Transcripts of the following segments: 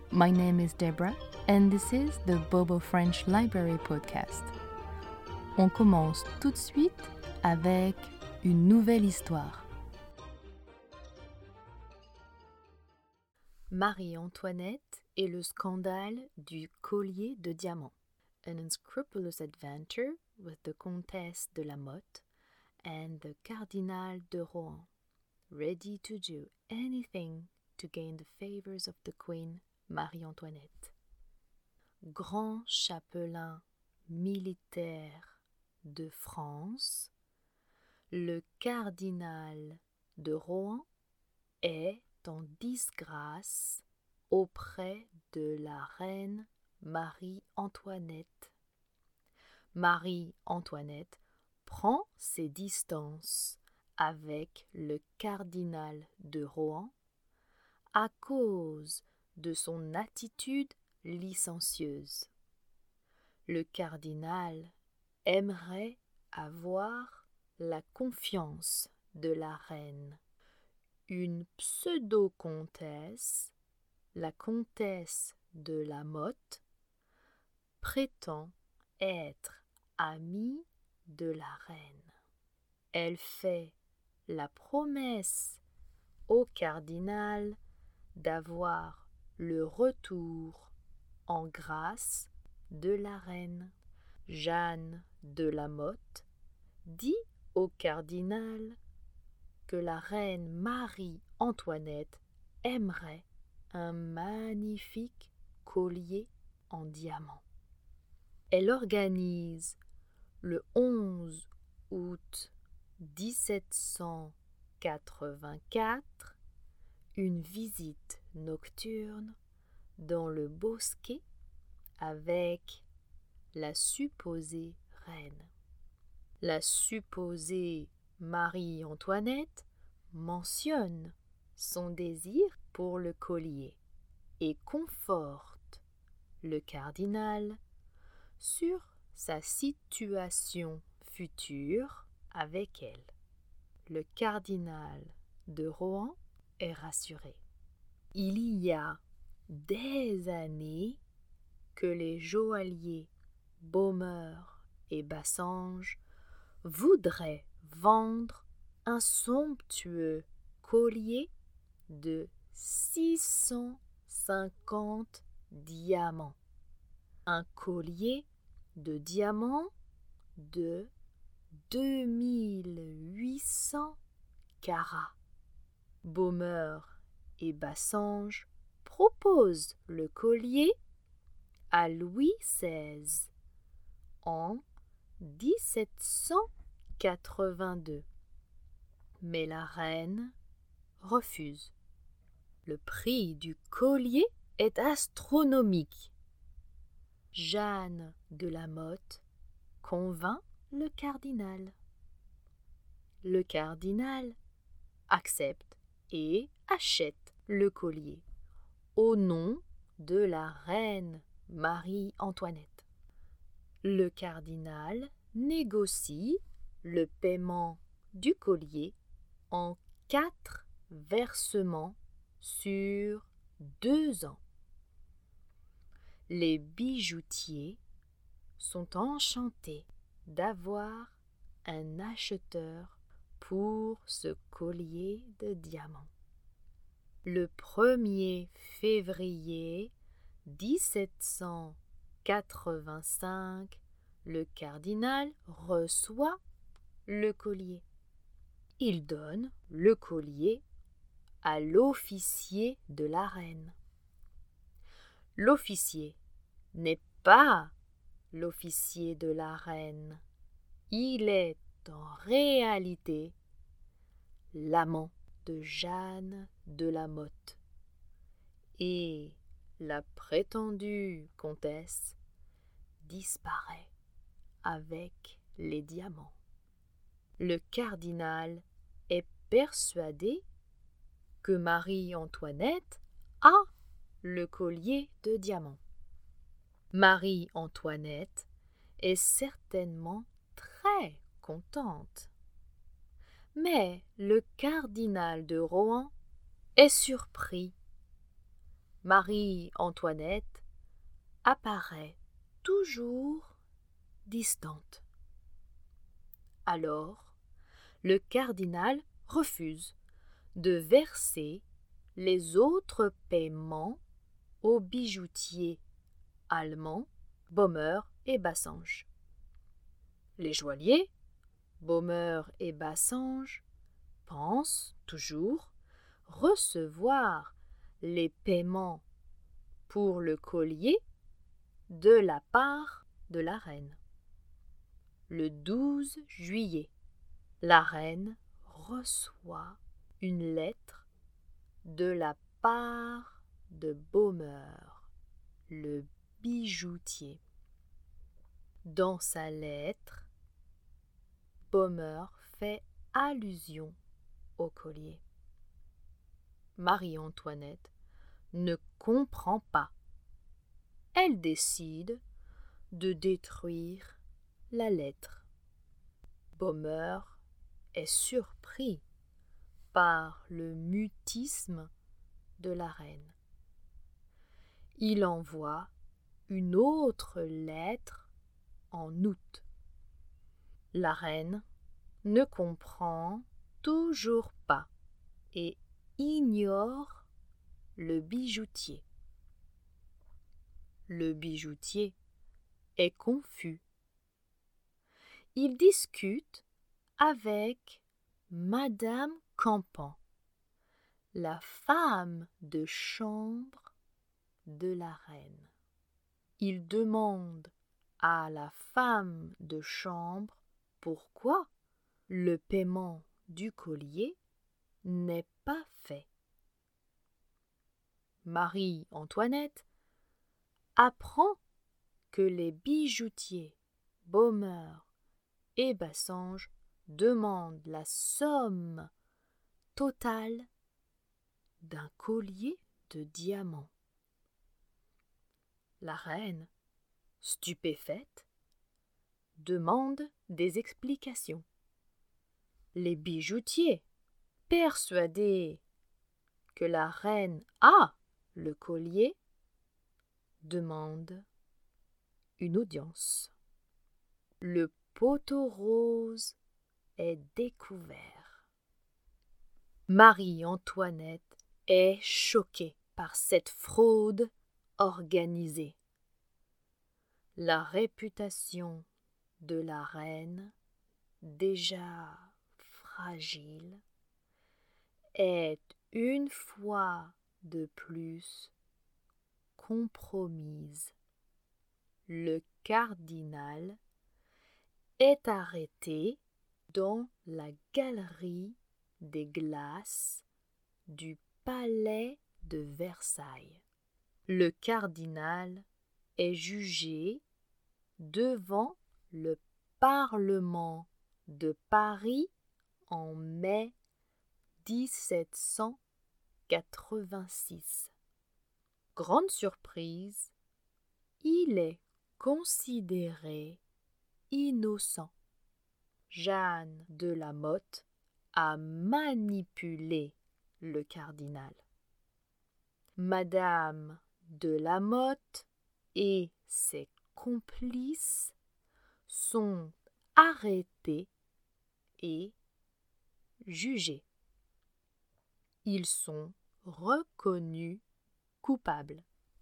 My name is Deborah and this is the Bobo French Library Podcast. On commence tout de suite avec une nouvelle histoire. Marie-Antoinette et le scandale du collier de diamants. An unscrupulous adventure with the Comtesse de la Motte and the Cardinal de Rohan, ready to do anything to gain the favors of the Queen Marie-Antoinette. Grand chapelain militaire de France, le cardinal de Rohan est en disgrâce auprès de la reine Marie-Antoinette. Marie-Antoinette prend ses distances avec le cardinal de Rohan à cause de son attitude licencieuse. Le cardinal aimerait avoir la confiance de la reine. Une pseudo-comtesse, la comtesse de la Motte, prétend être amie de la reine. Elle fait la promesse au cardinal d'avoir le retour en grâce de la reine. Jeanne de la Motte dit au cardinal que la reine Marie-Antoinette aimerait un magnifique collier en diamant. Elle organise le 11 août 1784 une visite nocturne dans le bosquet avec la supposée reine. La supposée Marie-Antoinette mentionne son désir pour le collier et conforte le cardinal sur sa situation future avec elle. Le cardinal de Rohan est rassuré. Il y a des années que les joailliers Baumeur et Bassange voudraient vendre un somptueux collier de 650 diamants. Un collier de diamants de 2800 carats. Baumeur et Bassange proposent le collier à Louis XVI en 1782. Mais la reine refuse. Le prix du collier est astronomique. Jeanne de la Motte convainc le cardinal. Le cardinal accepte et achète le collier au nom de la reine Marie-Antoinette. Le cardinal négocie le paiement du collier en 4 versements sur 2 ans. Les bijoutiers sont enchantés d'avoir un acheteur pour ce collier de diamants. Le 1er février 1785, le cardinal reçoit le collier. Il donne le collier à l'officier de la reine. L'officier n'est pas l'officier de la reine. Il est en réalité l'amant de Jeanne de la Motte. Et la prétendue comtesse disparaît avec les diamants. Le cardinal est persuadé que Marie-Antoinette a le collier de diamants. Marie-Antoinette est certainement très contente. Mais le cardinal de Rohan est surpris Marie-Antoinette apparaît toujours distante. Alors, le cardinal refuse de verser les autres paiements aux bijoutiers allemands, Baumer et Bassange. Les joailliers, Baumer et Bassange, pensent toujours recevoir les paiements pour le collier de la part de la reine. Le 12 juillet, la reine reçoit une lettre de la part de Baumer, le bijoutier. Dans sa lettre, Baumer fait allusion au collier. Marie-Antoinette ne comprend pas. Elle décide de détruire la lettre. Baumer est surpris par le mutisme de la reine. Il envoie une autre lettre en août. La reine ne comprend toujours pas et ignore le bijoutier. Le bijoutier est confus. Il discute avec Madame Campan, la femme de chambre de la reine. Il demande à la femme de chambre pourquoi le paiement du collier n'est pas fait. Marie-Antoinette apprend que les bijoutiers Baumer et Bassange demandent la somme totale d'un collier de diamants. La reine, stupéfaite, demande des explications. Les bijoutiers, persuadés que la reine a le collier, demandent une audience. Le poteau rose est découvert. Marie-Antoinette est choquée par cette fraude organisée. La réputation de la reine, déjà fragile, est une fois de plus compromise. Le cardinal est arrêté dans la galerie des glaces du palais de Versailles. Le cardinal est jugé devant le Parlement de Paris en mai 1786. Grande surprise, il est considéré innocent. Jeanne de La Motte a manipulé le cardinal. Madame de La Motte et ses complices sont arrêtés et jugés. Ils sont reconnus coupables.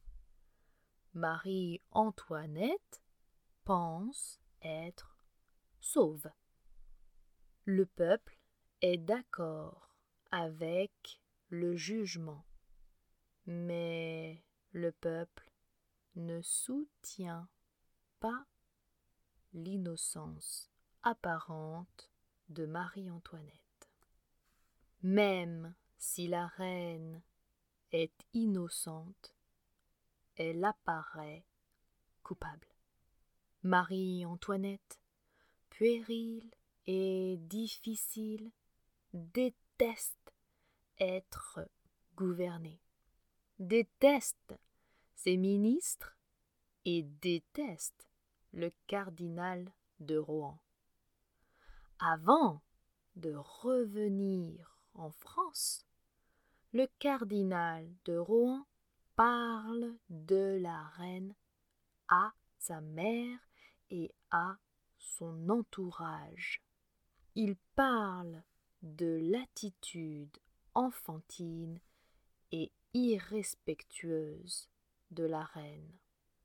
Marie-Antoinette pense être sauve. Le peuple est d'accord avec le jugement, mais le peuple ne soutient pas l'innocence apparente de Marie-Antoinette. Même si la reine est innocente, elle apparaît coupable. Marie-Antoinette, puérile et difficile, déteste être gouvernée, déteste ses ministres et déteste le cardinal de Rohan. Avant de revenir en France, le cardinal de Rohan parle de la reine à sa mère et à son entourage. Il parle de l'attitude enfantine et irrespectueuse de la reine.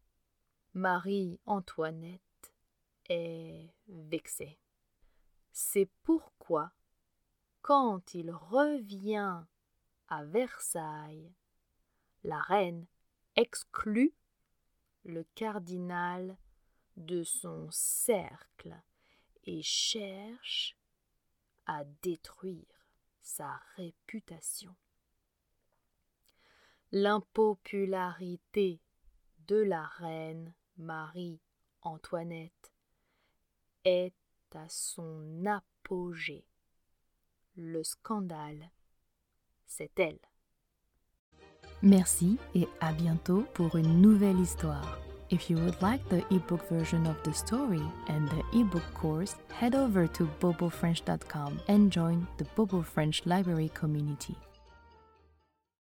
Marie-Antoinette est vexée. C'est pourquoi, quand il revient à Versailles, la reine exclut le cardinal de son cercle et cherche à détruire sa réputation. L'impopularité de la reine Marie-Antoinette est à son apogée. Le scandale, c'est elle. Merci et à bientôt pour une nouvelle histoire. If you would like the ebook version of the story and the ebook course, head over to bobofrench.com and join the Bobo French Library community.